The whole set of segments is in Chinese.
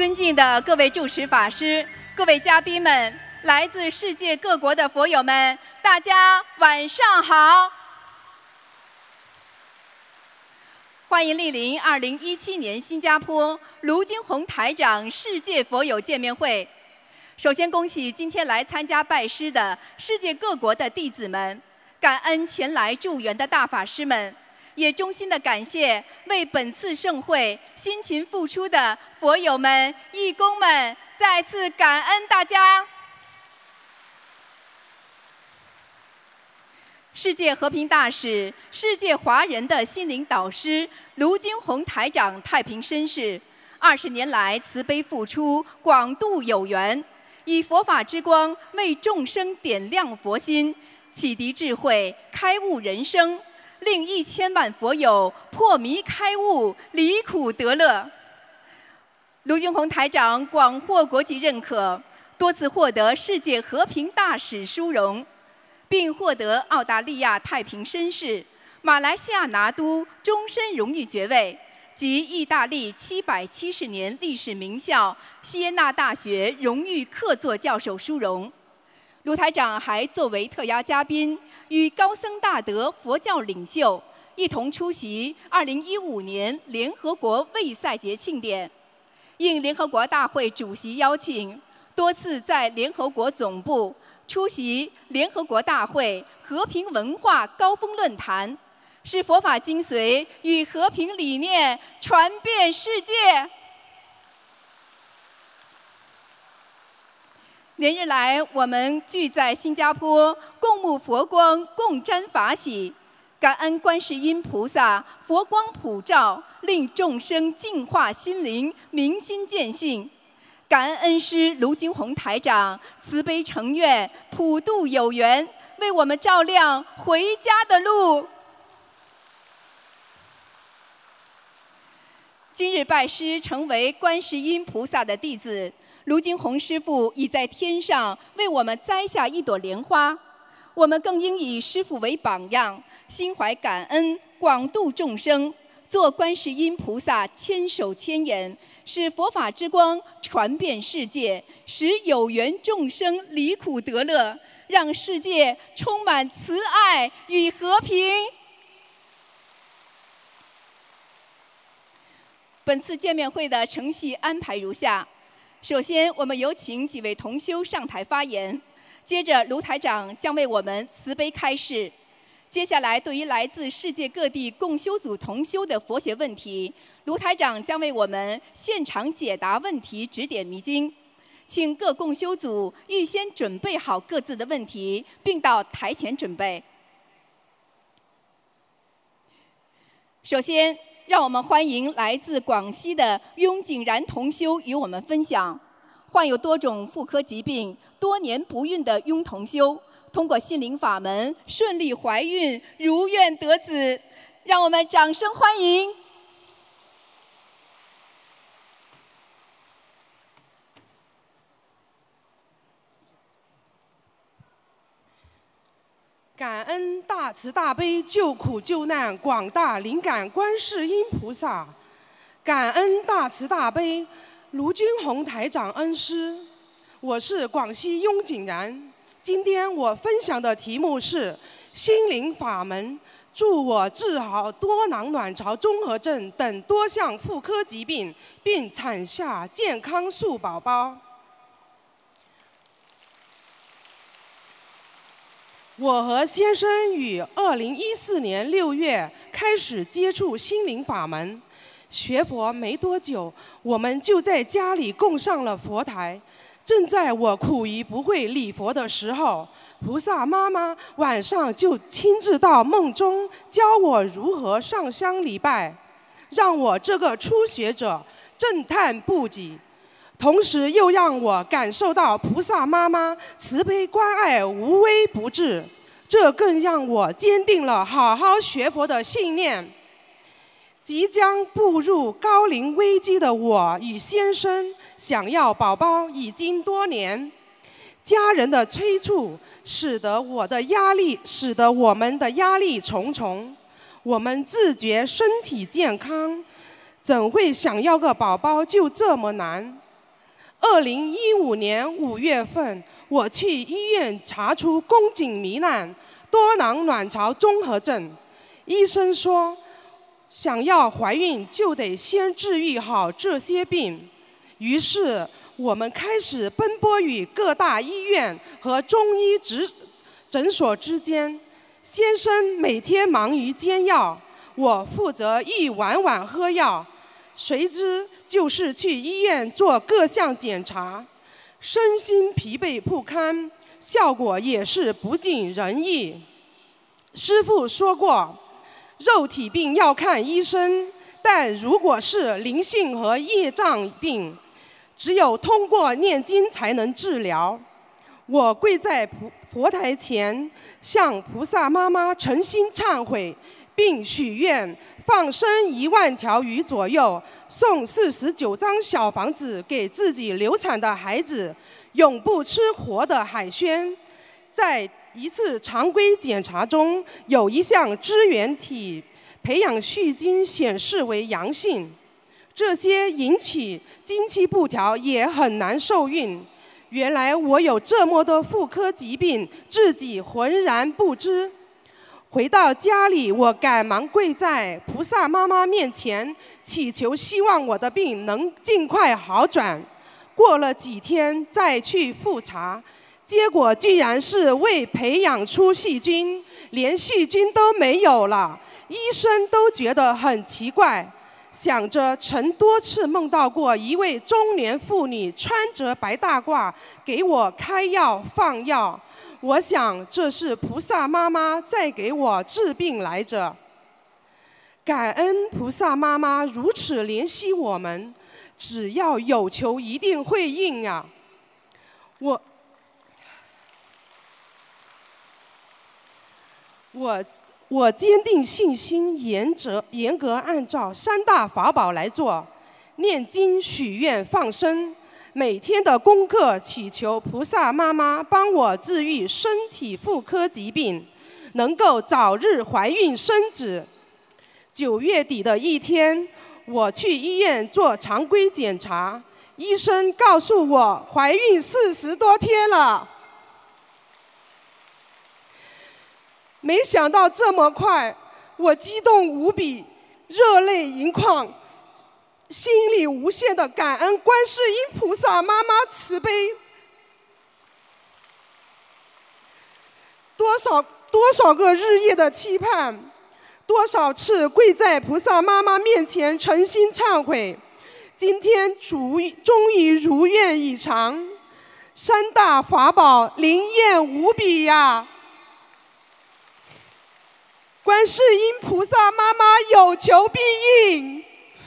尊敬的各位住持法师、各位嘉宾们、来自世界各国的佛友们，大家晚上好！欢迎莅临2017年新加坡卢军宏台长世界佛友见面会。首先恭喜今天来参加拜师的世界各国的弟子们，感恩前来助缘的大法师们。也衷心的感谢为本次盛会辛勤付出的佛友们、义工们，再次感恩大家。世界和平大使、世界华人的心灵导师卢军宏台长太平绅士，20年来慈悲付出，广度有缘，以佛法之光为众生点亮佛心，启迪智慧，开悟人生。令1000万佛友破迷开悟，离苦得乐。卢军宏台长广获国际认可，多次获得世界和平大使殊荣，并获得澳大利亚太平绅士、马来西亚拿督终身荣誉爵位及意大利770年历史名校锡耶纳大学荣誉客座教授殊荣。卢台长还作为特邀嘉宾，与高僧大德佛教领袖一同出席2015年联合国卫赛节庆典。应联合国大会主席邀请，多次在联合国总部出席联合国大会和平文化高峰论坛，使佛法精髓与和平理念传遍世界。连日来，我们聚在新加坡，共沐佛光，共沾法喜，感恩观世音菩萨佛光普照，令众生净化心灵，明心见性。感恩恩师卢军宏台长慈悲成愿，普度有缘，为我们照亮回家的路。今日拜师，成为观世音菩萨的弟子。卢军宏师父已在天上为我们栽下一朵莲花，我们更应以师父为榜样，心怀感恩，广度众生，做观世音菩萨千手千眼，使佛法之光传遍世界，使有缘众生离苦得乐，让世界充满慈爱与和平。本次见面会的程序安排如下：首先，我们有请几位同修上台发言，接着卢台长将为我们慈悲开示。接下来，对于来自世界各地共修组同修的佛学问题，卢台长将为我们现场解答问题，指点迷津。请各共修组预先准备好各自的问题，并到台前准备。首先，让我们欢迎来自广西的雍景然同修与我们分享。患有多种妇科疾病、多年不孕的雍同修，通过心灵法门顺利怀孕，如愿得子。让我们掌声欢迎！ 感恩大慈大悲救苦救难广大灵感观世音菩萨，感恩大慈大悲卢军宏台长恩师。我是广西雍景然，今天我分享的题目是心灵法门助我治好多囊卵巢综合症等多项妇科疾病，并产下健康素宝宝。我和先生于2014年6月开始接触心灵法门，学佛没多久，我们就在家里供上了佛台。正在我苦于不会礼佛的时候，菩萨妈妈晚上就亲自到梦中教我如何上香礼拜，让我这个初学者震叹不已。同时又让我感受到菩萨妈妈慈悲关爱无微不至，这更让我坚定了好好学佛的信念。即将步入高龄危机的我与先生想要宝宝已经多年，家人的催促使得我们的压力重重。我们自觉身体健康，怎会想要个宝宝就这么难？ 2015年5月份，我去医院查出宫颈糜烂、多囊卵巢综合症。医生说，想要怀孕就得先治愈好这些病。于是我们开始奔波于各大医院和中医诊所之间。先生每天忙于煎药，我负责一碗碗喝药。随之就是去医院做各项检查，身心疲惫不堪，效果也是不尽人意。师父说过，肉体病要看医生，但如果是灵性和业障病，只有通过念经才能治疗。我跪在佛台前，向菩萨妈妈诚心忏悔，并许愿放生1万条鱼左右，送49张小房子给自己流产的孩子，永不吃活的海鲜。在一次常规检查中，有一项支原体培养蓄精显示为阳性，这些引起经期不调，也很难受孕。原来我有这么多妇科疾病，自己浑然不知。回到家里，我赶忙跪在菩萨妈妈面前，祈求希望我的病能尽快好转。过了几天再去复查，结果居然是未培养出细菌，连细菌都没有了。医生都觉得很奇怪，想着曾多次梦到过一位中年妇女穿着白大褂给我开药放药，我想这是菩萨妈妈在给我治病来着。感恩菩萨妈妈如此怜惜我们，只要有求一定会应啊！我坚定信心，严格按照3大法宝来做，念经、许愿、放生，每天的功课祈求菩萨妈妈帮我治愈身体妇科疾病，能够早日怀孕生子。9月底的一天，我去医院做常规检查，医生告诉我怀孕40多天了。没想到这么快，我激动无比，热泪盈眶，心里无限的感恩观世音菩萨妈妈慈悲。多少个日夜的期盼，多少次跪在菩萨妈妈面前诚心忏悔，今天终于如愿以偿。3大法宝灵验无比呀！观世音菩萨妈妈有求必应。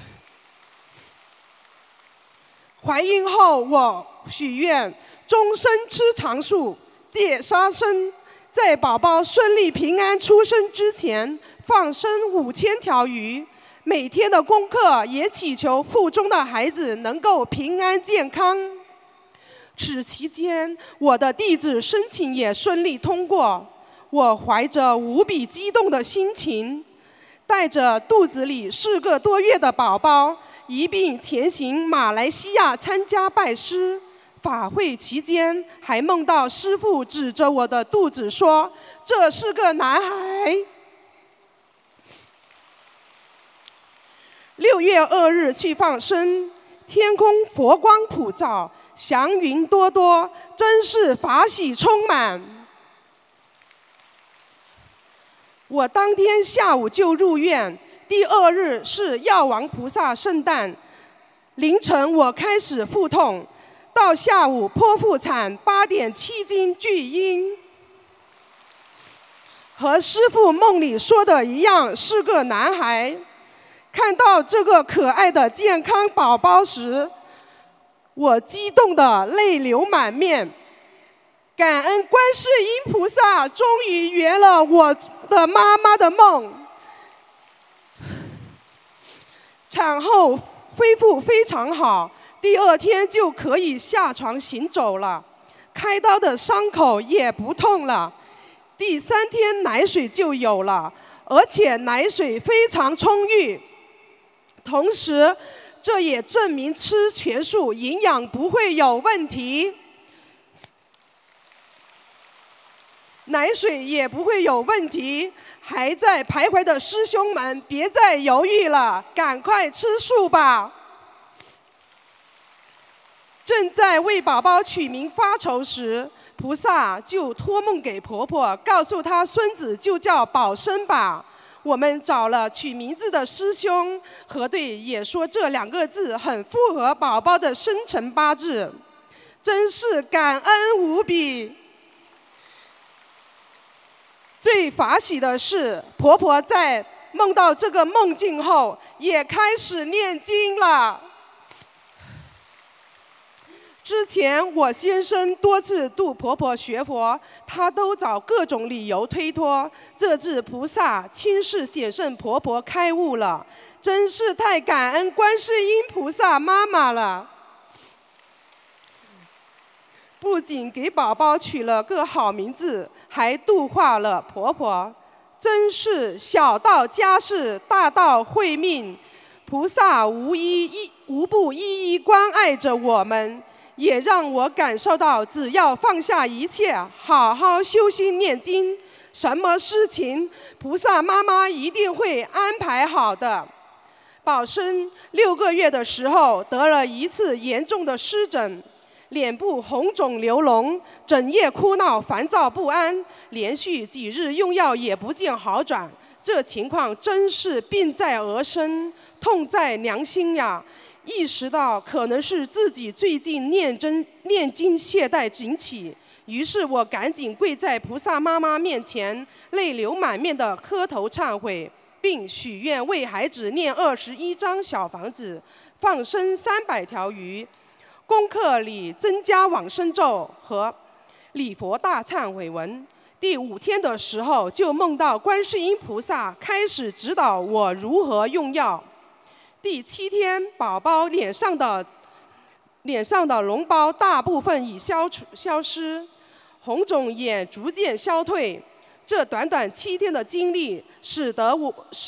怀孕后，我许愿终身吃长素，戒杀生，在宝宝顺利平安出生之前放生5000条鱼。每天的功课也祈求腹中的孩子能够平安健康。此期间，我的弟子申请也顺利通过。我怀着无比激动的心情，带着肚子里4个多月的宝宝，一并前行马来西亚参加拜师。法会期间，还梦到师父指着我的肚子说：“这是个男孩。”6月2日去放生，天空佛光普照，祥云多多，真是法喜充满。我当天下午就入院，第2日是药王菩萨圣诞。凌晨我开始腹痛，到下午剖腹产8.7斤巨婴。和师父梦里说的一样，是个男孩。看到这个可爱的健康宝宝时，我激动得泪流满面。感恩观世音菩萨，终于圆了我的妈妈的梦。产后恢复非常好，第2天就可以下床行走了，开刀的伤口也不痛了。第3天奶水就有了，而且奶水非常充裕。同时， 这也证明吃全素营养不会有问题，奶水也不会有问题。还在徘徊的师兄们，别再犹豫了，赶快吃素吧！正在为宝宝取名发愁时，菩萨就托梦给婆婆，告诉她孙子就叫宝生吧。我们找了取名字的师兄核对，也说这2个字很符合宝宝的生辰八字，真是感恩无比。最法喜的是，婆婆在梦到这个梦境后，也开始念经了。之前我先生多次度婆婆学佛，她都找各种理由推脱。这次菩萨亲示显圣婆婆开悟了，真是太感恩观世音菩萨妈妈了。不仅给宝宝取了个好名字，还度化了婆婆，真是小到家事，大到慧命，菩萨无不一一关爱着我们，也让我感受到，只要放下一切，好好修心念经，什么事情菩萨妈妈一定会安排好的。宝生6个月的时候得了一次严重的湿疹，脸部红肿流脓，整夜哭闹烦躁不安，连续几日用药也不见好转。这情况真是病在额身，痛在良心呀！意识到可能是自己最近念经懈怠引起，于是我赶紧跪在菩萨妈妈面前，泪流满面的磕头忏悔，并许愿为孩子念21张小房子，放生300条鱼。功课里增加往生咒和礼佛大忏悔文。第5天的时候，就梦到观世音菩萨开始指导我如何用药。第7天，宝宝脸上的脓包大部分已消失，红肿也逐渐消退。这短短7天的经历，使得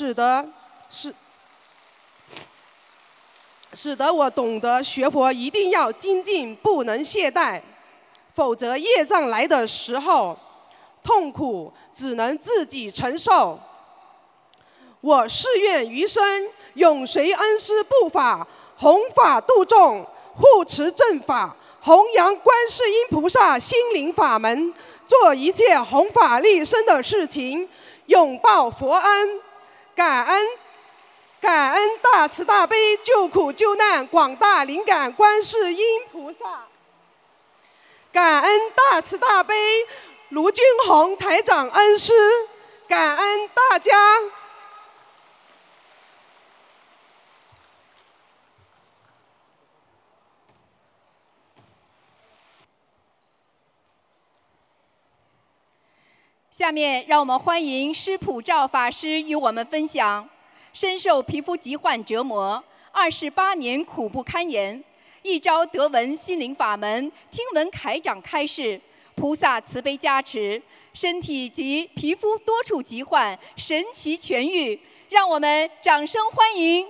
我懂得学佛一定要精进，不能懈怠，否则业障来的时候，痛苦只能自己承受。我誓愿余生永随恩师步法，弘法度众，护持正法，弘扬观世音菩萨心灵法门，做一切弘法利生的事情，拥抱佛恩，感恩大慈大悲救苦救难广大灵感观世音菩萨，感恩大慈大悲卢军宏台长恩师，感恩大家。 下面让我们欢迎施普照法师与我们分享。深受皮肤疾患折磨，28年苦不堪言，一朝得闻心灵法门，听闻台长开示，菩萨慈悲加持，身体及皮肤多处疾患神奇痊愈，让我们掌声欢迎。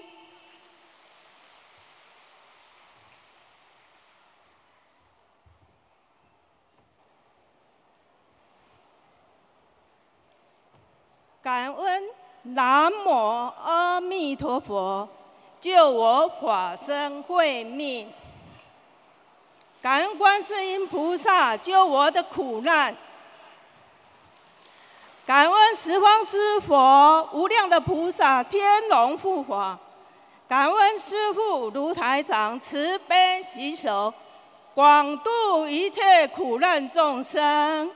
感恩南无阿弥陀佛，救我法身慧命。感恩观世音菩萨救我的苦难。感恩十方之佛无量的菩萨天龙护法。感恩师父卢台长慈悲洗手，广度一切苦难众生。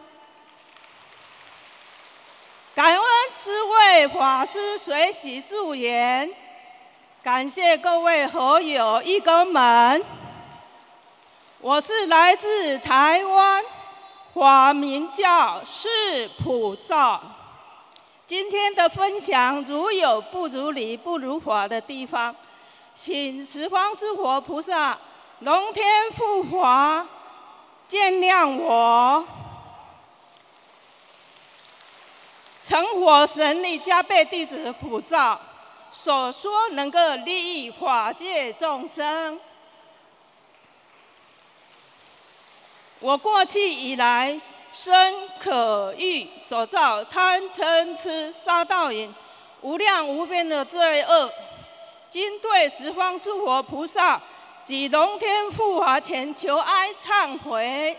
感恩诸位法师随喜助言，感谢各位好友义工们。我是来自台湾，法名叫释普照。今天的分享如有不如理、不如法的地方，请十方之佛菩萨、龙天护法见谅我。成佛神力加倍弟子普照， 所说能够利益法界众生。我过去以来，身可欲所造贪嗔痴杀盗淫无量无边的罪恶，今对十方诸佛菩萨及龙天护法前求哀忏悔，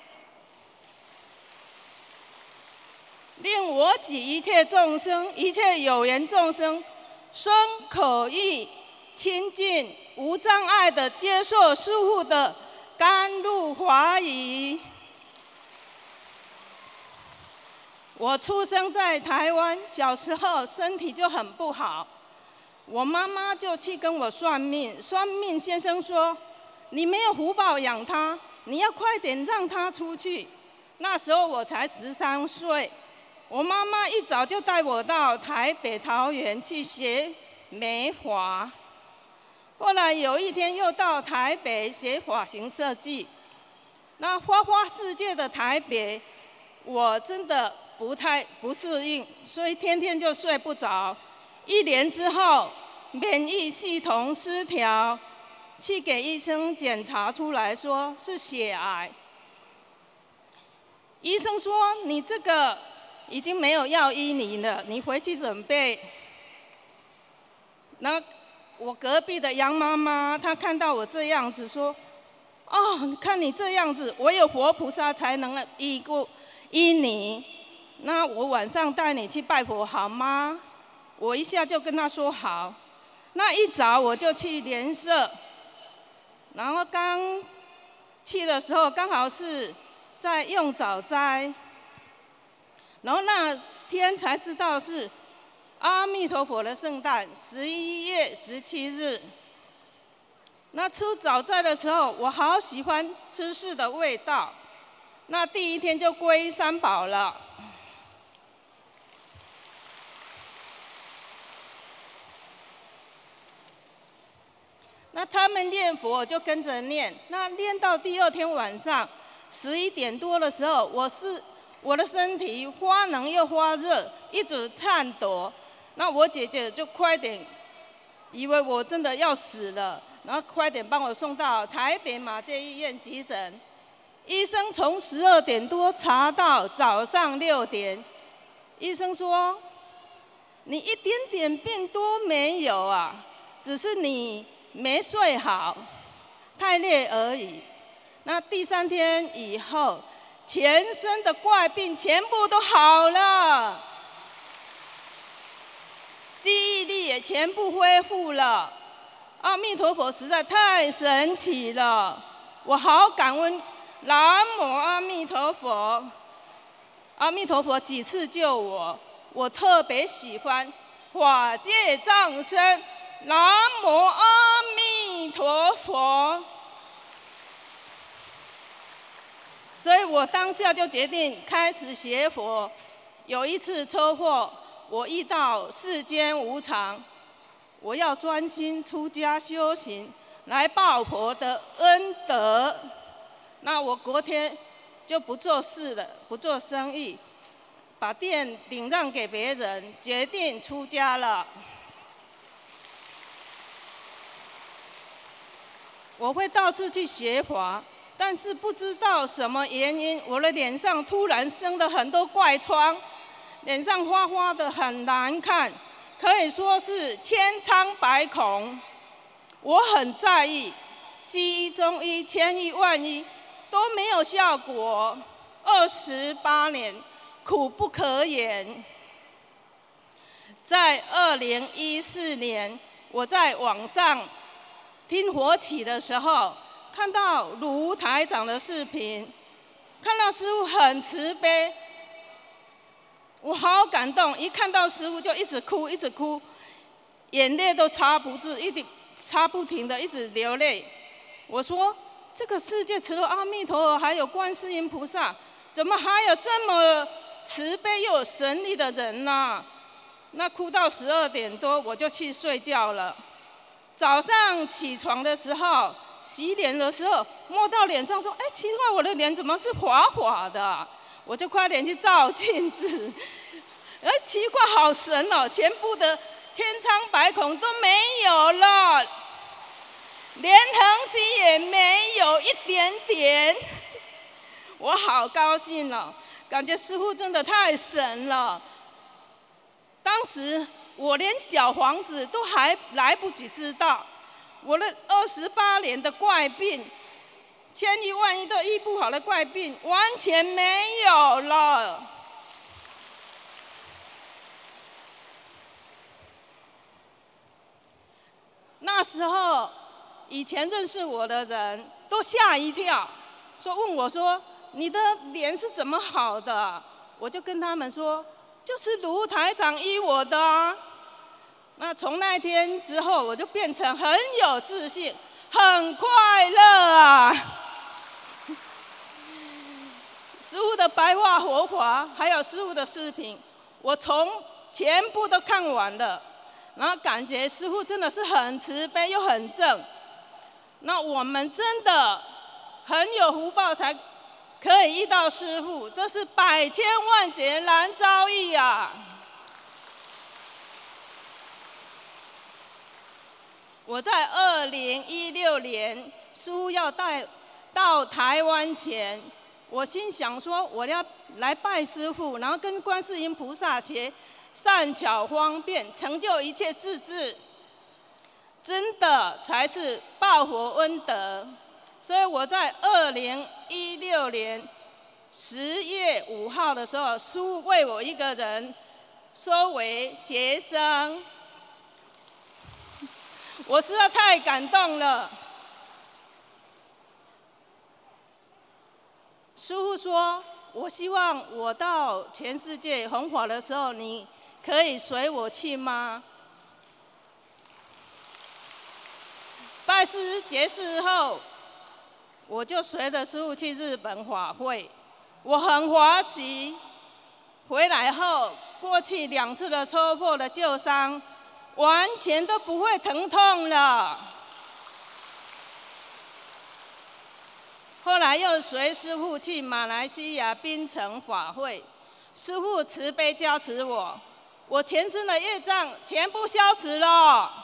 令我及一切众生、一切有缘众生，身可意清净无障碍的接受师父的甘露华语。我出生在台湾，小时候身体就很不好，我妈妈就去跟我算命，算命先生说，你没有福报养他，你要快点让他出去。那时候我才13岁，我妈妈一早就带我到台北、桃园去学美发。后来有一天又到台北学发型设计。那花花世界的台北，我真的不适应，所以天天就睡不着。1年之后，免疫系统失调，去给医生检查出来说是血癌。医生说你这个已经没有药医你了，你回去准备。那我隔壁的杨妈妈，她看到我这样子说：“哦，你看你这样子，唯有佛菩萨才能医你。那我晚上带你去拜佛好吗？”我一下就跟她说好。那一早我就去莲社，然后刚去的时候刚好是在用早斋，然后那天才知道是阿弥陀佛的圣诞，11月17日。那吃早斋的时候，我好喜欢吃素的味道。那第一天就皈依三宝了。那他们念佛，我就跟着念。那念到第2天晚上11点多的时候，我的身体发冷又发热，一直颤抖。那我姐姐就快点，以为我真的要死了，然后快点帮我送到台北马偕医院急诊。医生从12点多查到早上6点，医生说你一点点病都没有啊，只是你没睡好，太累而已。那第3天以后，全身的怪病全部都好了，记忆力也全部恢复了。阿弥陀佛实在太神奇了，我好感恩南无阿弥陀佛。阿弥陀佛几次救我，我特别喜欢法界藏身南无阿弥陀佛。所以我当下就决定开始学佛。有一次车祸，我遇到世间无常，我要专心出家修行，来报佛的恩德。那我隔天就不做事了，不做生意，把店顶让给别人，决定出家了。我会到处去学法，但是不知道什么原因，我的脸上突然生了很多怪疮，脸上花花的很难看，可以说是千疮百孔。我很在意，西医、中医、千医万医都没有效果，28年苦不可言。在2014年，我在网上听佛起的时候，看到卢台长的视频，看到师父很慈悲，我好感动。一看到师父就一直哭，一直哭，眼泪都擦不住，一直擦不停的，一直流泪。我说，这个世界除了阿弥陀佛，还有观世音菩萨，怎么还有这么慈悲又有神力的人呢？那哭到12点多，我就去睡觉了。早上起床的时候，洗脸的时候，摸到脸上说：“哎，奇怪，我的脸怎么是滑滑的？”我就快点去照镜子，哎，奇怪，好神哦！全部的千疮百孔都没有了，连痕迹也没有一点点。我好高兴哦，感觉师父真的太神了。当时我连小房子都还来不及知道，我的28年的怪病，千医万医都医不好的怪病，完全没有了。那时候，以前认识我的人都吓一跳，问我说：“你的脸是怎么好的？”我就跟他们说：“就是卢台长医我的啊。”那从那天之后，我就变成很有自信、很快乐啊！师父的白话佛法，还有师父的视频，我全部都看完了。然后感觉师父真的是很慈悲又很正，那我们真的很有福报才可以遇到师父，这是百千万劫难遭遇啊！我在2016年师父要带到台湾前，我心想说我要来拜师父，然后跟观世音菩萨学善巧方便，成就一切智智，真的才是报佛恩德。所以我在2016年10月5号的时候，师父为我一个人收为学生，我实在太感动了。师父说：“我希望我到全世界弘法的时候，你可以随我去吗？”拜师结束后，我就随着师父去日本法会，我很欢喜。回来后，过去2次的戳破的旧伤，完全都不会疼痛了。后来又随师父去马来西亚槟城法会，师父慈悲加持我，我全身的业障全部消除了。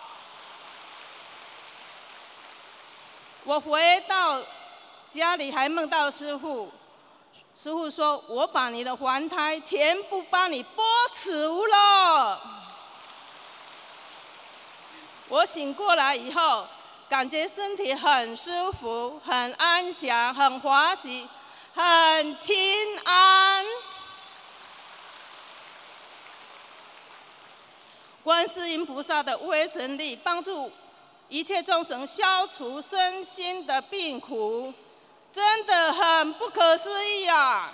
我回到家里还梦到师父，师父说：“我把你的还胎全部帮你剥除了。”我醒过来以后，感觉身体很舒服、很安详、很欢喜、很清安。观世音菩萨的威神力，帮助一切众生消除身心的病苦，真的很不可思议啊！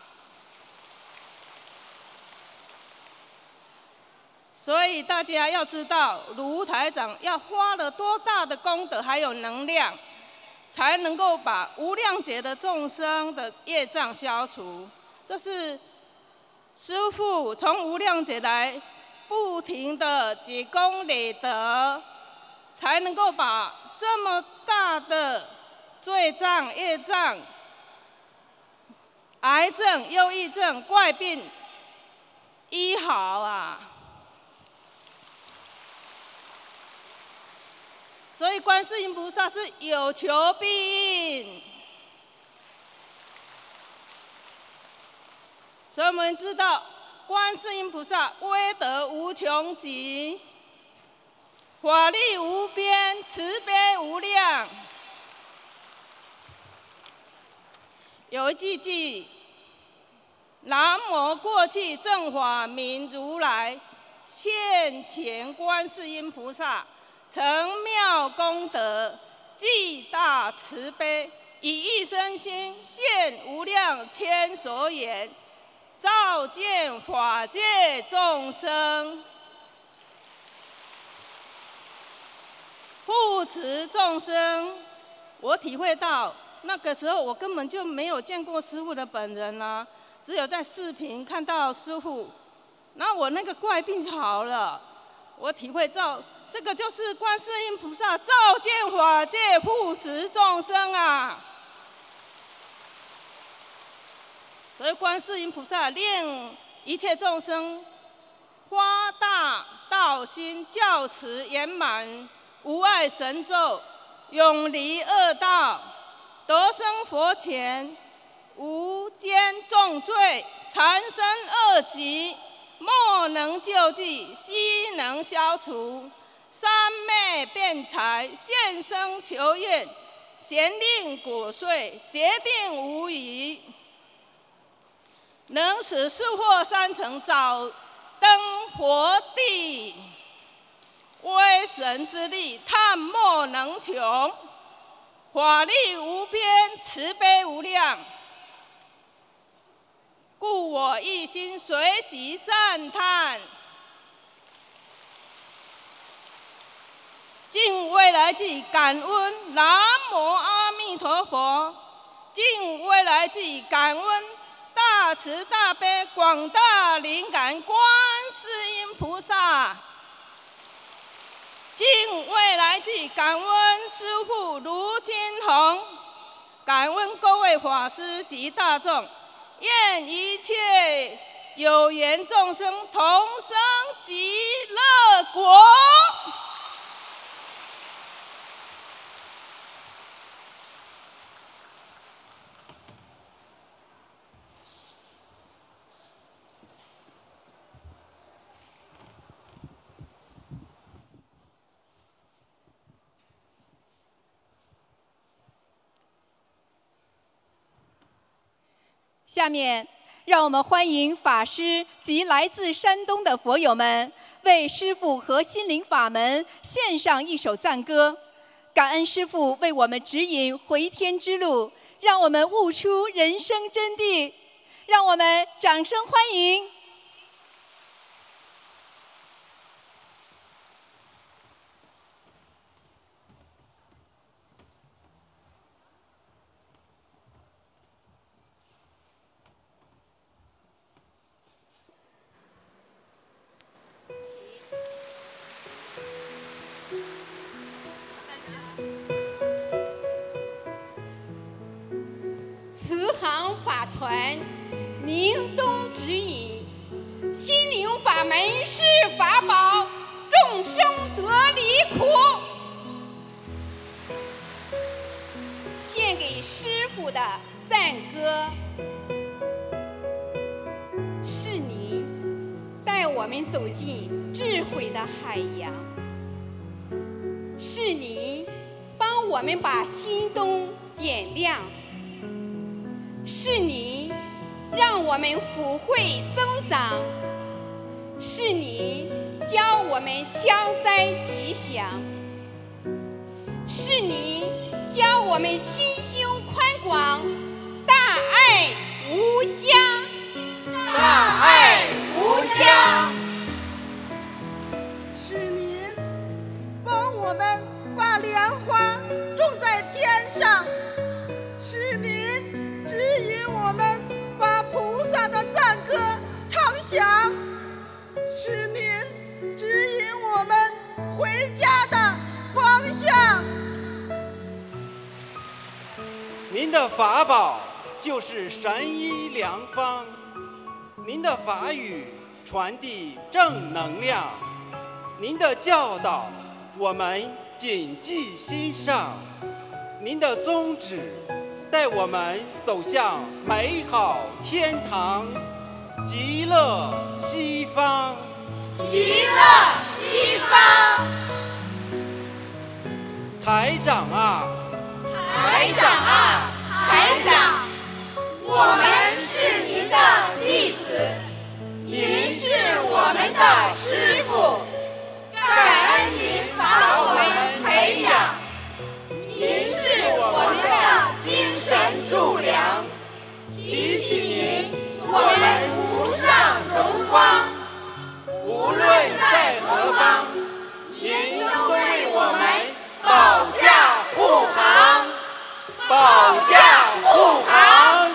所以大家要知道，卢台长要花了多大的功德还有能量，才能够把无量劫的众生的业障消除。这是师父从无量劫来不停的积功累德，才能够把这么大的罪障、业障、癌症、忧郁症、怪病医好啊！所以观世音菩萨是有求必应。所以我们知道，观世音菩萨威德无穷极，法力无边，慈悲无量。有一句：“南无过去正法明如来，现前观世音菩萨。成妙功德，具大慈悲，以一身心现无量千所缘，照见法界众生，护持众生。”我体会到，那个时候我根本就没有见过师父的本人啊，只有在视频看到师父，然后我那个怪病就好了。我体会到，这个就是观世音菩萨照见法界、护持众生啊！所以观世音菩萨令一切众生发大道心教持圆满，无碍神咒，永离恶道，得生佛前，无间重罪，缠身恶疾，莫能救济，悉能消除。三昧辩才，现身求愿，咸令果遂，决定无疑。能使四惑三尘早登佛地，威神之力探莫能穷，法力无边，慈悲无量。故我一心随喜赞叹，尽未来际感恩南无阿弥陀佛，尽未来际感恩大慈大悲广大灵感观世音菩萨，尽未来际感恩师父卢金红，感恩各位法师及大众，愿一切有缘众生同生极乐国。 下面，让我们欢迎法师及来自山东的佛友们为师父和心灵法门献上一首赞歌，感恩师父为我们指引回天之路，让我们悟出人生真谛。让我们掌声欢迎！ 慈航法传，明东指引，心灵法门是法宝，众生得离苦。献给师父的赞歌，是你带我们走进智慧的海洋，是你帮我们把心灯点亮。是你让我们福慧增长，是你教我们消灾吉祥，是你教我们心胸宽广，大爱无疆， 大爱无疆。 是您帮我们把莲花种在天上，是您指引我们把菩萨的赞歌唱响，是您指引我们回家的方向。 您的法宝就是神医良方，您的法语传递正能量，您的教导我们谨记心上，您的宗旨带我们走向美好天堂，极乐西方。 极乐西方。 台长啊， 台长啊，台长，我们是您的弟子，您是我们的师父，感恩您把我们培养，您是我们的精神柱梁，提起您，我们无上荣光。无论在何方，您都为我们保驾护航，保驾护航。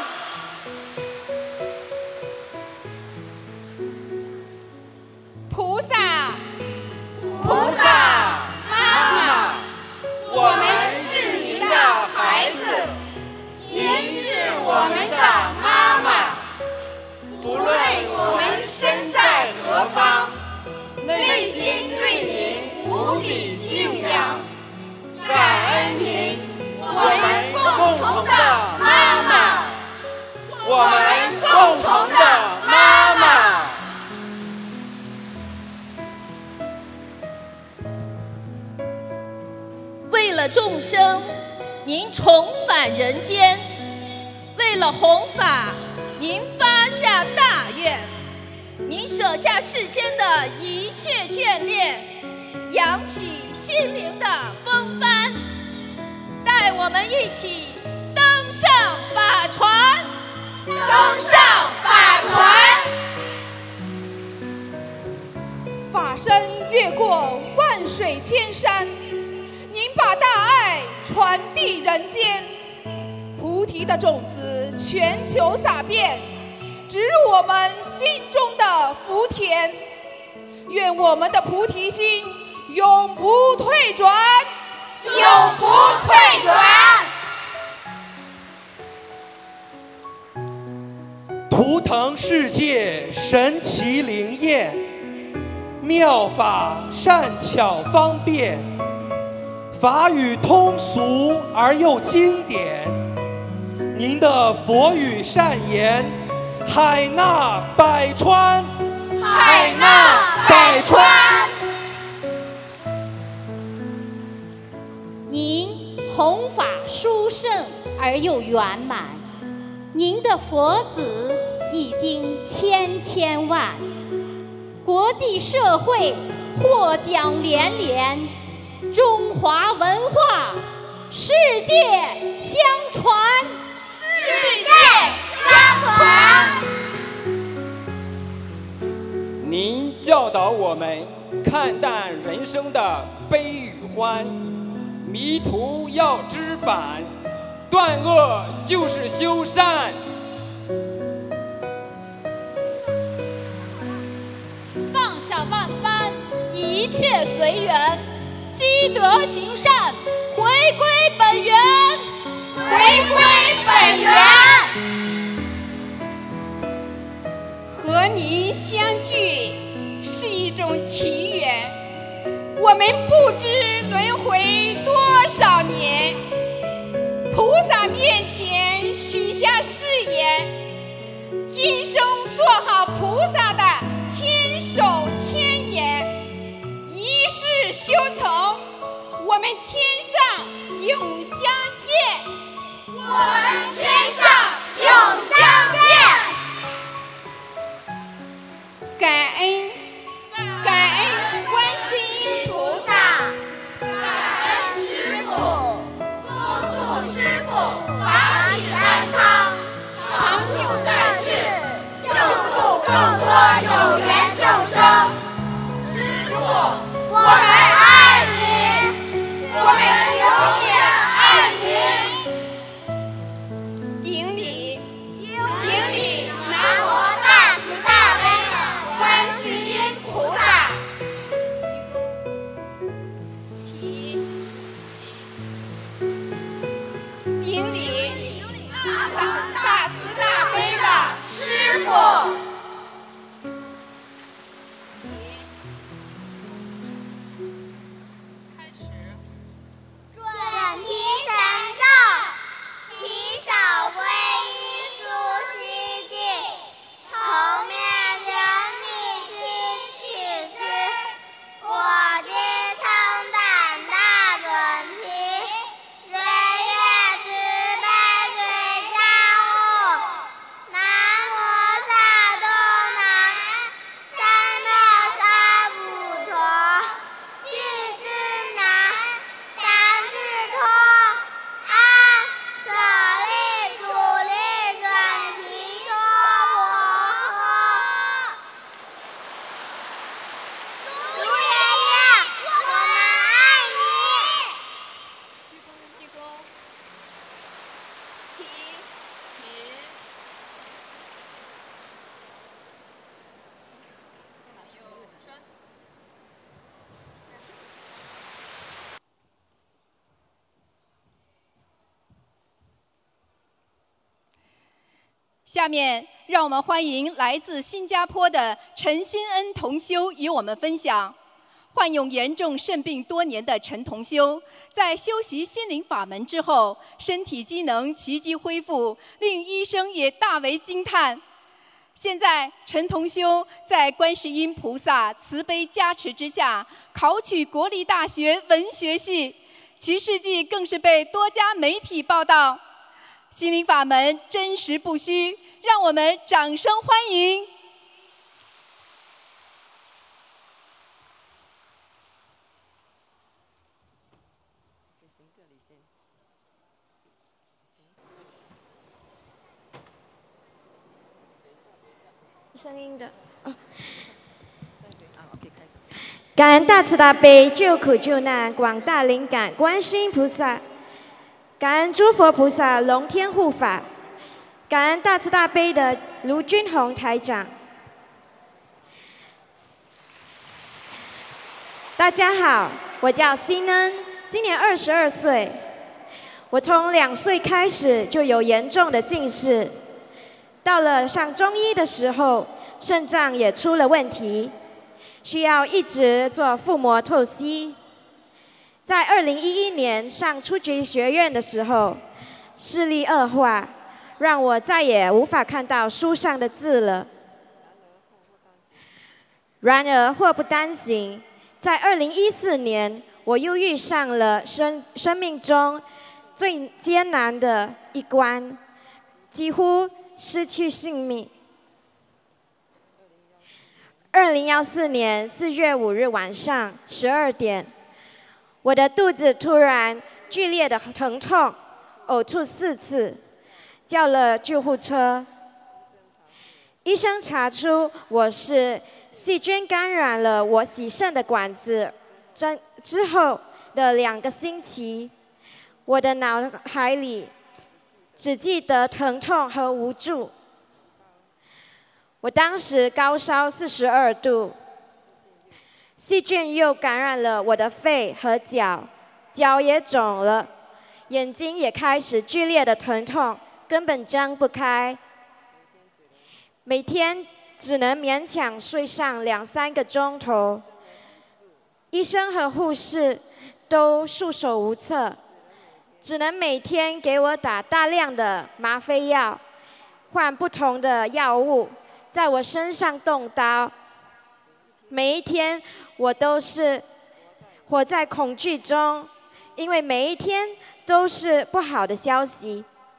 菩萨， 菩萨妈妈，我们是您的孩子，您是我们的妈妈， 我们共同的妈妈。 为了众生，您重返人间；为了弘法，您发下大愿。您舍下世间的一切眷恋，扬起心灵的风帆，带我们一起登上法船， 登上法船。 法身越过万水千山，您把大爱传递人间，菩提的种子全球撒遍，植入我们心中的福田。愿我们的菩提心永不退转， 永不退转。 图腾世界神奇灵验，妙法善巧方便，法语通俗而又经典。您的佛语善言，海纳百川， 海纳百川。 您弘法殊胜而又圆满，您的佛子已经千万，国际社会获奖连连，中华文化世界相传， 世界相传。 您教导我们看淡人生的悲与欢，迷途要知返，断恶就是修善。 放下万般，一切随缘，积德行善，回归本源， 回归本源。 和您相聚是一种奇缘，我们不知轮回多少年，菩萨面前许下誓言，今生做好菩萨的千手千眼，一世修成，我们天上永相见， 我们天上永相见。 感恩观世音菩萨， 感恩师父，恭祝师父法体安康，长久在世，救度更多有缘众生。师父，我们爱您，我们永远爱您。 顶礼南无大慈大悲观世音菩萨。 顶礼大慈大悲的师父。准提神咒，起手皈依苏悉地，头面人力去取之。我今称胆大准提，岁月慈悲最佳物。南无萨多南，三藐三菩陀，句之难，单字脱。安舍利主力准提娑婆诃。卢爷爷，我们爱你。 鞠躬。起。 下面让我们欢迎来自新加坡的陈新恩同修与我们分享患有严重肾病多年的陈同修，在修习心灵法门之后，身体机能奇迹恢复，令医生也大为惊叹。现在，陈同修在观世音菩萨慈悲加持之下，考取国立大学文学系，其事迹更是被多家媒体报道。心灵法门真实不虚，让我们掌声欢迎。 声音的感恩大慈大悲救苦救难广大灵感观世音菩萨，感恩诸佛菩萨龙天护法，感恩大慈大悲的卢军宏台长。大家好，我叫新恩，今年22岁。我从2岁开始就有严重的近视，到了上中医的时候，肾脏也出了问题，需要一直做腹膜透析。在2011年上初级学院的时候，视力恶化，让我再也无法看到书上的字了。然而祸不单行，在2014年，我又遇上了生命中最艰难的一关，几乎失去性命。2014年4月5日晚上12点，我的肚子突然剧烈的疼痛，呕吐4次，叫了救护车。医生查出我是细菌感染了我洗肾的管子，之后的2个星期，我的脑海里只记得疼痛和无助。我当时高烧42度，细菌又感染了我的肺和脚，脚也肿了，眼睛也开始剧烈的疼痛，根本睁不开。每天只能勉强睡上2-3个钟头，医生和护士都束手无策，只能每天给我打大量的吗啡药，换不同的药物，在我身上动刀。每一天我都是活在恐惧中，因为每一天都是不好的消息。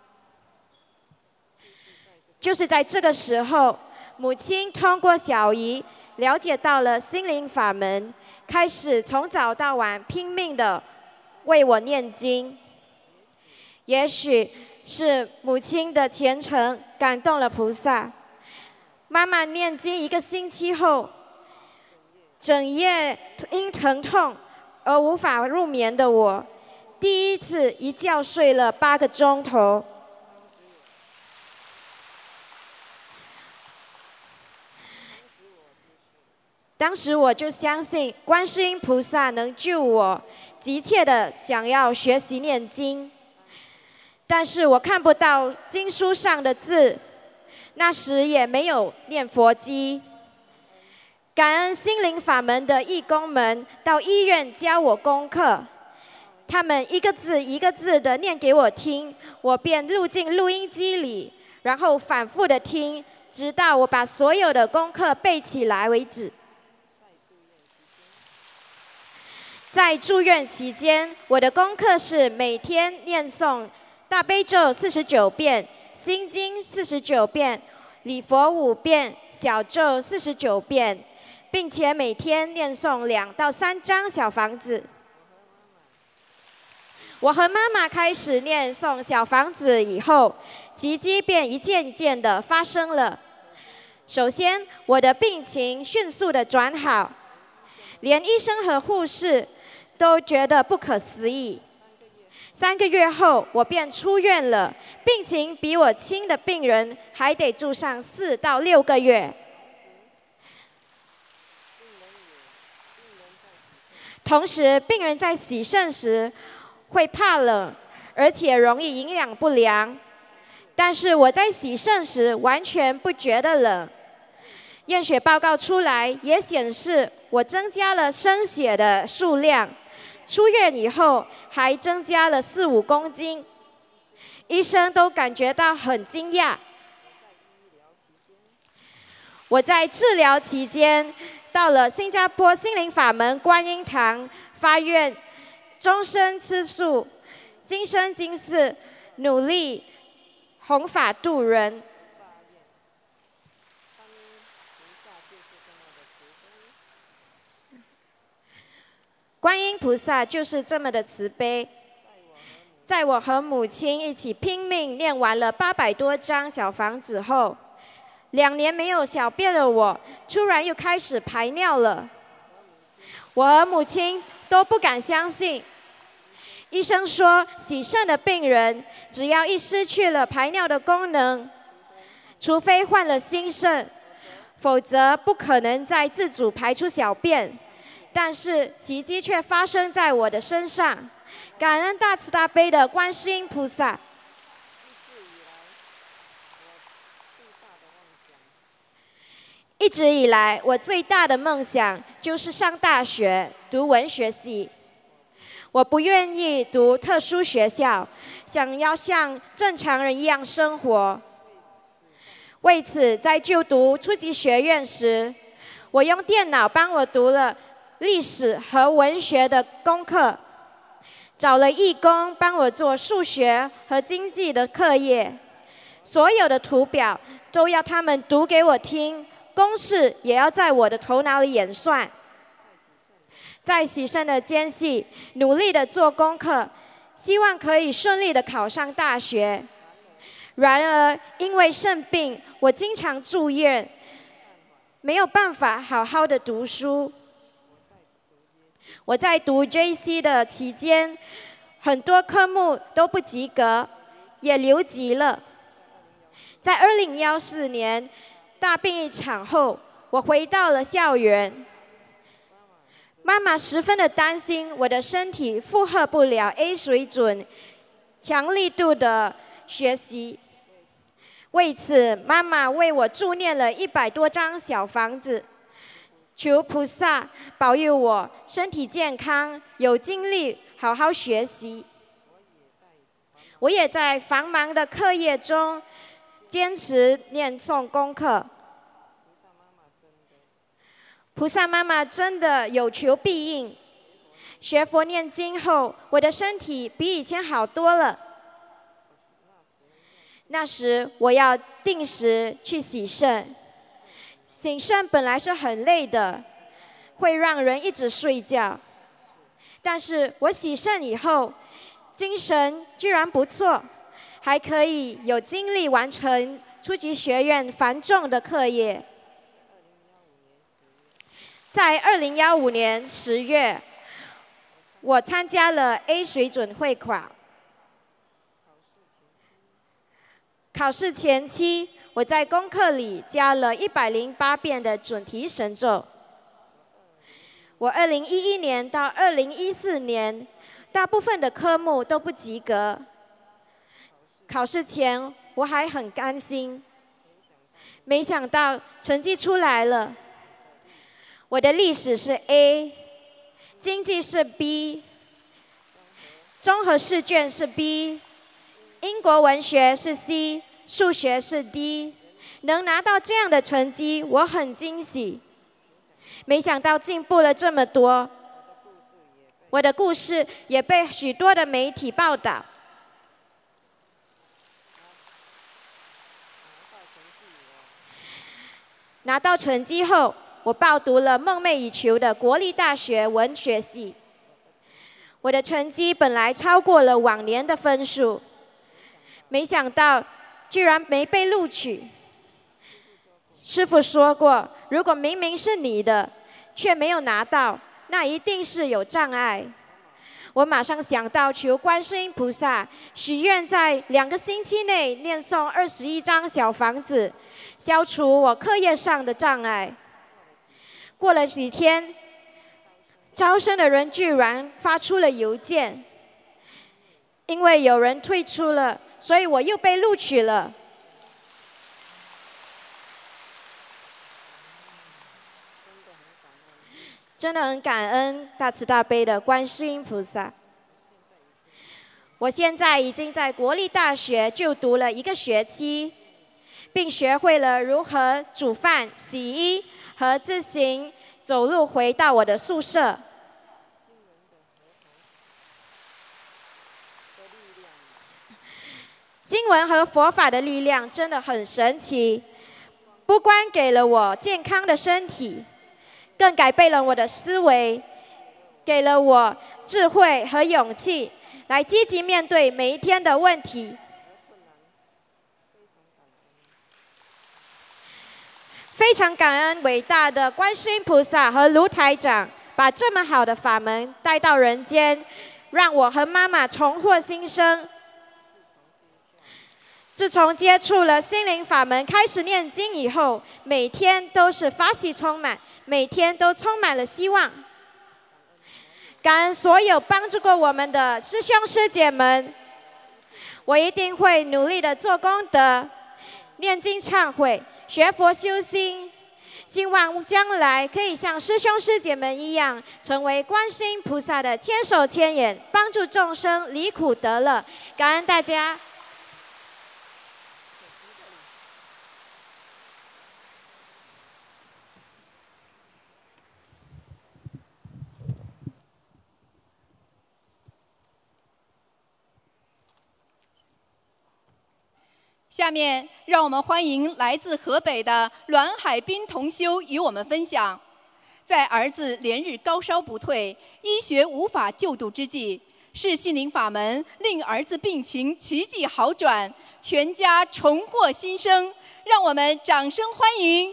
就是在这个时候，母亲通过小姨了解到了心灵法门，开始从早到晚拼命的为我念经。也许是母亲的虔诚感动了菩萨，妈妈念经1个星期后，整夜因疼痛而无法入眠的我，第一次一觉睡了8个钟头。当时我就相信观世音菩萨能救我，急切的想要学习念经。但是我看不到经书上的字，那时也没有念佛机。感恩心灵法门的义工们到医院教我功课，他们一个字一个字的念给我听，我便录进录音机里，然后反复的听，直到我把所有的功课背起来为止。在住院期间，我的功课是每天念诵大悲咒49遍，心经49遍，礼佛5遍，小咒49遍，并且每天念诵2到3张小房子。我和妈妈开始念诵小房子以后，奇迹便一件一件的发生了。首先，我的病情迅速的转好，连医生和护士都觉得不可思议。3个月后，我便出院了，病情比我轻的病人还得住上4到6个月。同时，病人在洗肾时会怕冷，而且容易营养不良。但是我在洗肾时完全不觉得冷， 验血报告出来也显示我增加了生血的数量，出院以后还增加了4-5公斤，医生都感觉到很惊讶。我在治疗期间到了新加坡心灵法门观音堂发愿，终身吃素，今生今世努力弘法度人。观音菩萨就是这么的慈悲，在我和母亲一起拼命念完了800多张小房子后，2年没有小便的我，突然又开始排尿了。我和母亲都不敢相信。医生说，洗肾的病人只要一失去了排尿的功能，除非换了新肾，否则不可能再自主排出小便。但是奇迹却发生在我的身上，感恩大慈大悲的观世音菩萨。一直以来，我最大的梦想就是上大学读文学系。我不愿意读特殊学校，想要像正常人一样生活。为此，在就读初级学院时，我用电脑帮我读了历史和文学的功课，找了义工帮我做数学和经济的课业，所有的图表都要他们读给我听，公式也要在我的头脑里演算。在洗肾的间隙，努力的做功课，希望可以顺利的考上大学。然而，因为肾病，我经常住院，没有办法好好的读书。我在读 JC 的期间，很多科目都不及格，也留级了。在2014年大病一场后，我回到了校园。妈妈十分的担心我的身体负荷不了 A 水准、强力度的学习，为此妈妈为我助念了100多张小房子，求菩萨保佑我身体健康，有精力好好学习。我也在繁忙的课业中坚持念诵功课。菩萨妈妈真的有求必应，学佛念经后，我的身体比以前好多了。那时我要定时去洗肾，洗肾本来是很累的，会让人一直睡觉。但是我洗肾以后，精神居然不错，还可以有精力完成初级学院繁重的课业。在2015年10月，我参加了 A 水准会考。考试前期，我在功课里加了108遍的准提神咒。我2011年到2014年，大部分的科目都不及格。考试前我还很甘心，没想到成绩出来了。我的历史是 A， 经济是 B， 综合试卷是 B， 英国文学是 C， 数学是 D。能拿到这样的成绩，我很惊喜。没想到进步了这么多，我的故事也被许多的媒体报道。拿到成绩后，我报读了梦寐以求的国立大学文学系。我的成绩本来超过了往年的分数，没想到居然没被录取。师父说过，如果明明是你的，却没有拿到，那一定是有障碍。我马上想到求观世音菩萨，许愿在2个星期内念诵21张小房子，消除我课业上的障碍。过了几天，招生的人居然发出了邮件，因为有人退出了，所以我又被录取了。 真的很感恩大慈大悲的观世音菩萨。我现在已经在国立大学就读了1个学期，并学会了如何煮饭、洗衣和自行走路回到我的宿舍。经文和佛法的力量真的很神奇，不光给了我健康的身体，更改变了我的思维，给了我智慧和勇气，来积极面对每一天的问题。非常感恩伟大的观世音菩萨和卢台长，把这么好的法门带到人间，让我和妈妈重获新生。自从接触了心灵法门，开始念经以后，每天都是法喜充满，每天都充满了希望。感恩所有帮助过我们的师兄师姐们，我一定会努力的做功德，念经忏悔，学佛修心，希望将来可以像师兄师姐们一样，成为观世音菩萨的千手千眼，帮助众生离苦得乐。感恩大家。 下面，让我们欢迎来自河北的栾海滨同修与我们分享，在儿子连日高烧不退、医学无法救度之际，是心灵法门令儿子病情奇迹好转，全家重获新生。让我们掌声欢迎！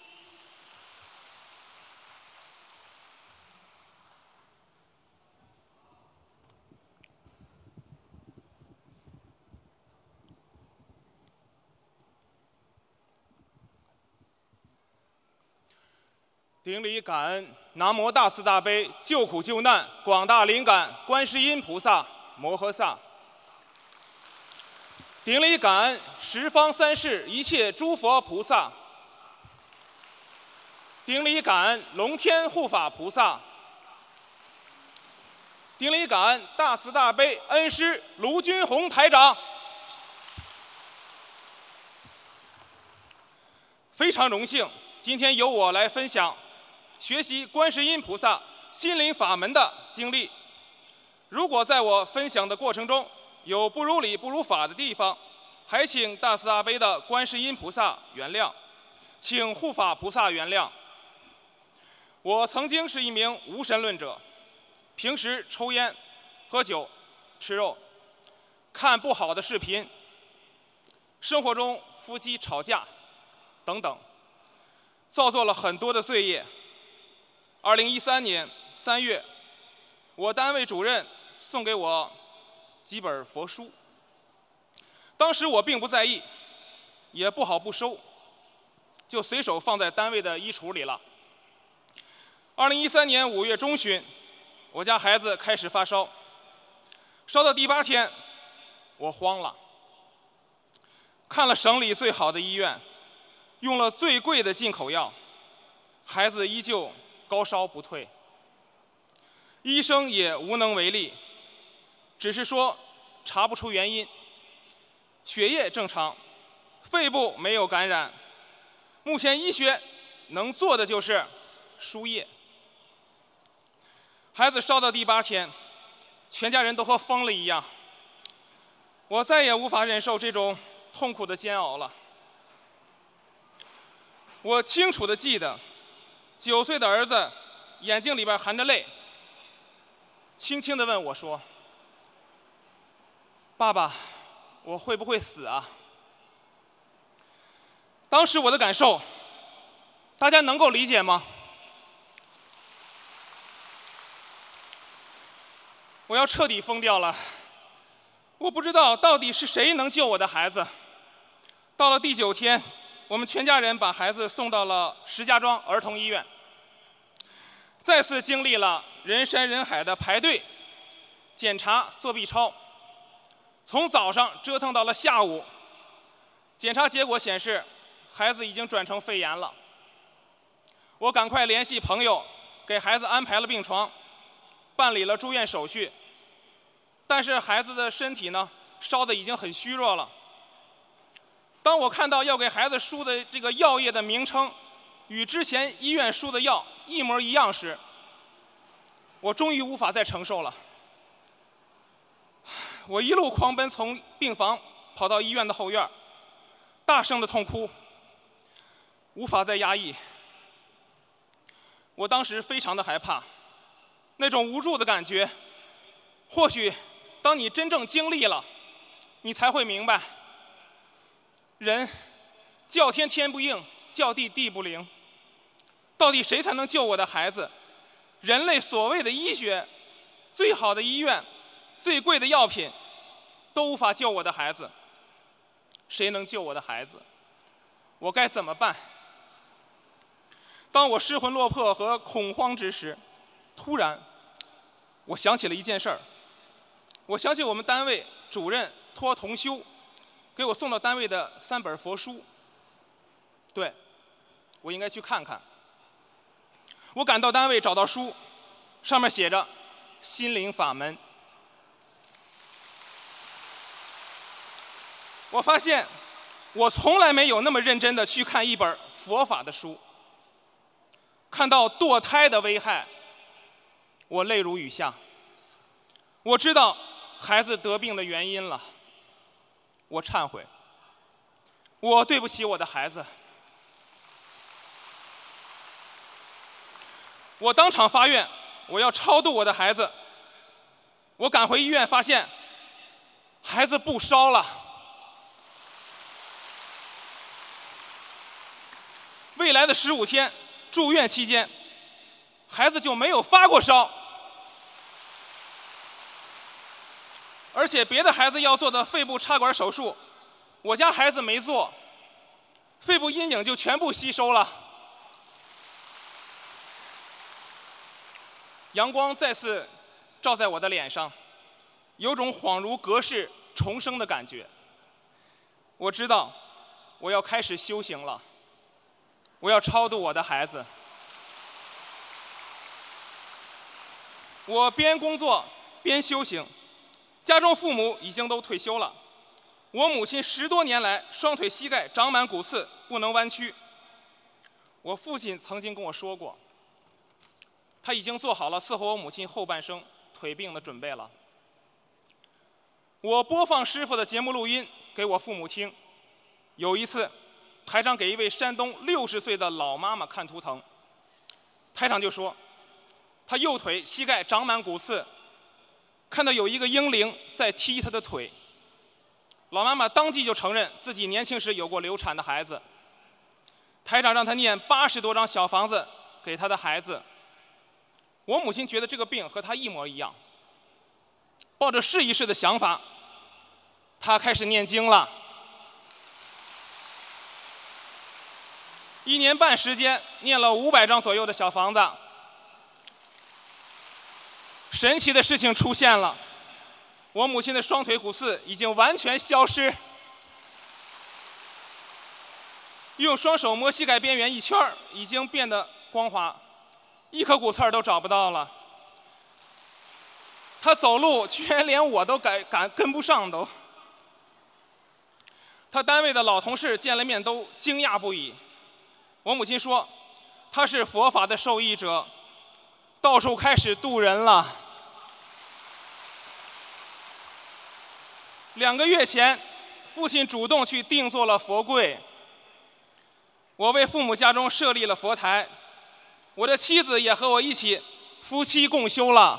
顶礼感恩南无大慈大悲救苦救难广大灵感观世音菩萨摩诃萨。顶礼感恩十方三世一切诸佛菩萨。顶礼感恩龙天护法菩萨。顶礼感恩大慈大悲恩师卢军宏台长。非常荣幸，今天由我来分享学习观世音菩萨心灵法门的经历。如果在我分享的过程中有不如理不如法的地方，还请大慈大悲的观世音菩萨原谅，请护法菩萨原谅。我曾经是一名无神论者，平时抽烟、喝酒、吃肉，看不好的视频，生活中夫妻吵架等等，造作了很多的罪业。2013年3月，我单位主任送给我几本佛书，当时我并不在意，也不好不收，就随手放在单位的衣橱里了。2013年5月中旬，我家孩子开始发烧，烧到第8天，我慌了，看了省里最好的医院，用了最贵的进口药，孩子依旧高烧不退，医生也无能为力，只是说查不出原因，血液正常，肺部没有感染，目前医学能做的就是输液。孩子烧到第8天，全家人都和疯了一样，我再也无法忍受这种痛苦的煎熬了。我清楚地记得，9岁的儿子眼睛里边含着泪，轻轻地问我说：“爸爸，我会不会死啊？”当时我的感受，大家能够理解吗？我要彻底疯掉了，我不知道到底是谁能救我的孩子。到了第9天，我们全家人把孩子送到了石家庄儿童医院，再次经历了人山人海的排队、检查、做 B 超，从早上折腾到了下午，检查结果显示孩子已经转成肺炎了。我赶快联系朋友， 给孩子安排了病床，办理了住院手续。但是孩子的身体呢，烧得已经很虚弱了。当我看到要给孩子输的这个药液的名称与之前医院输的药一模一样时，我终于无法再承受了。我一路狂奔，从病房跑到医院的后院，大声的痛哭，无法再压抑。我当时非常的害怕，那种无助的感觉，或许当你真正经历了，你才会明白，人叫天天不应，叫地地不灵。到底谁才能救我的孩子？人类所谓的医学，最好的医院，最贵的药品，都无法救我的孩子。谁能救我的孩子？我该怎么办？当我失魂落魄和恐慌之时，突然我想起了一件事儿。我想起我们单位主任托同修给我送到单位的3本佛书，对，我应该去看看。我赶到单位找到书，上面写着心灵法门。我发现我从来没有那么认真的去看一本佛法的书。看到堕胎的危害，我泪如雨下。我知道孩子得病的原因了，我忏悔，我对不起我的孩子。我当场发愿，我要超度我的孩子。我赶回医院，发现孩子不烧了。未来的15天住院期间，孩子就没有发过烧，而且别的孩子要做的肺部插管手术，我家孩子没做，肺部阴影就全部吸收了。阳光再次照在我的脸上，有种恍如隔世重生的感觉。我知道我要开始修行了，我要超度我的孩子。我边工作边修行，家中父母已经都退休了。我母亲10多年来双腿膝盖长满骨刺，不能弯曲。我父亲曾经跟我说过，他已经做好了伺候我母亲后半生腿病的准备了。我播放师父的节目录音给我父母听。有一次，台长给一位山东60岁的老妈妈看图腾，台长就说，她右腿膝盖长满骨刺，看到有一个婴灵在踢她的腿。老妈妈当即就承认自己年轻时有过流产的孩子。台长让她念80多张小房子给她的孩子。我母亲觉得这个病和她一模一样，抱着试一试的想法，她开始念经了。1年半时间，念了500张左右的小房子。神奇的事情出现了，我母亲的双腿骨刺已经完全消失。用双手摸膝盖边缘一圈，已经变得光滑，一颗骨刺都找不到了。她走路居然连我都跟不上都。她单位的老同事见了面都惊讶不已。我母亲说，她是佛法的受益者，到处开始渡人了。2个月前，父亲主动去定做了佛柜，我为父母家中设立了佛台，我的妻子也和我一起夫妻共修了。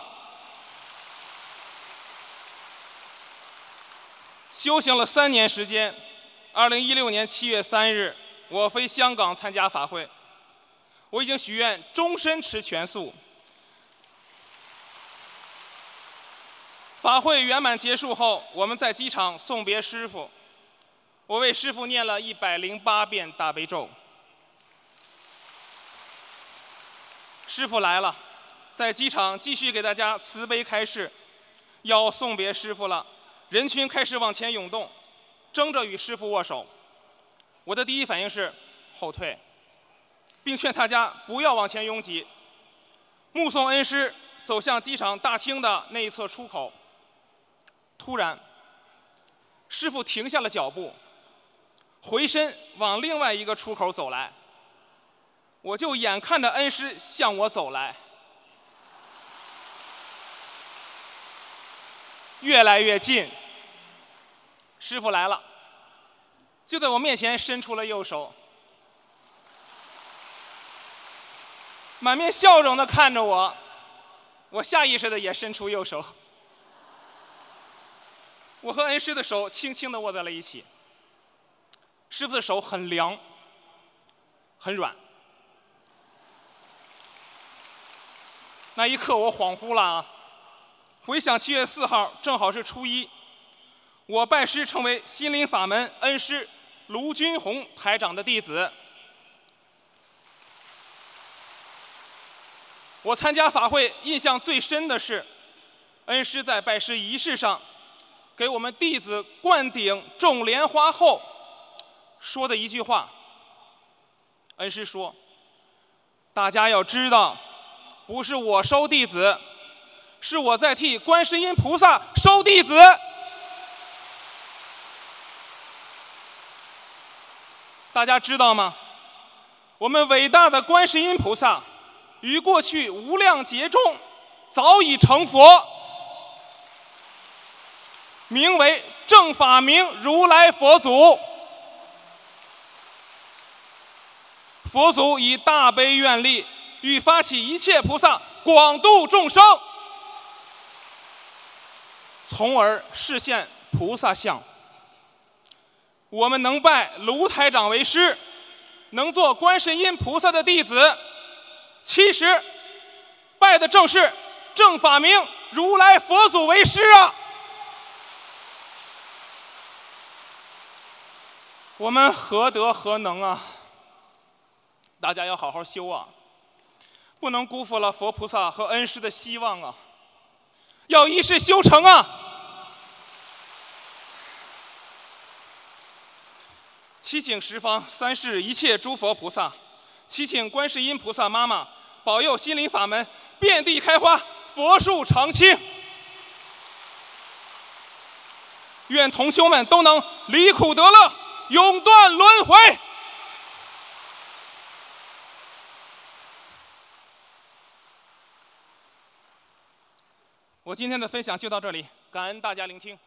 修行了3年时间，2016年7月3日，我飞香港参加法会，我已经许愿终身吃全素。法会圆满结束后，我们在机场送别师父，我为师父念了108遍大悲咒。师父来了，在机场继续给大家慈悲开示，要送别师父了。人群开始往前涌动，争着与师父握手。我的第一反应是后退，并劝大家不要往前拥挤。 目送恩师走向机场大厅的那一侧出口，突然，师父停下了脚步，回身往另外一个出口走来。我就眼看着恩师向我走来，越来越近。师父来了，就在我面前伸出了右手，满面笑容地看着我。我下意识的也伸出右手，我和恩师的手轻轻地握在了一起。师父的手很凉，很软。那一刻我恍惚了啊！回想7月4号正好是初一，我拜师成为心灵法门恩师卢军宏台长的弟子。我参加法会印象最深的是，恩师在拜师仪式上给我们弟子灌顶种莲花后说的一句话。恩师说：“大家要知道，不是我收弟子，是我在替观世音菩萨收弟子。”大家知道吗？我们伟大的观世音菩萨于过去无量劫中早已成佛，名为正法明如来佛祖。佛祖以大悲愿力，欲发起一切菩萨广度众生，从而示现菩萨相。我们能拜卢台长为师，能做观世音菩萨的弟子，其实拜的正是正法明如来佛祖为师啊！我们何德何能啊？大家要好好修啊，不能辜负了佛菩萨和恩师的希望啊！要一世修成啊！祈请十方三世一切诸佛菩萨，祈请观世音菩萨妈妈保佑心灵法门遍地开花，佛树常青。愿同修们都能离苦得乐，永断轮回。我今天的分享就到这里，感恩大家聆听。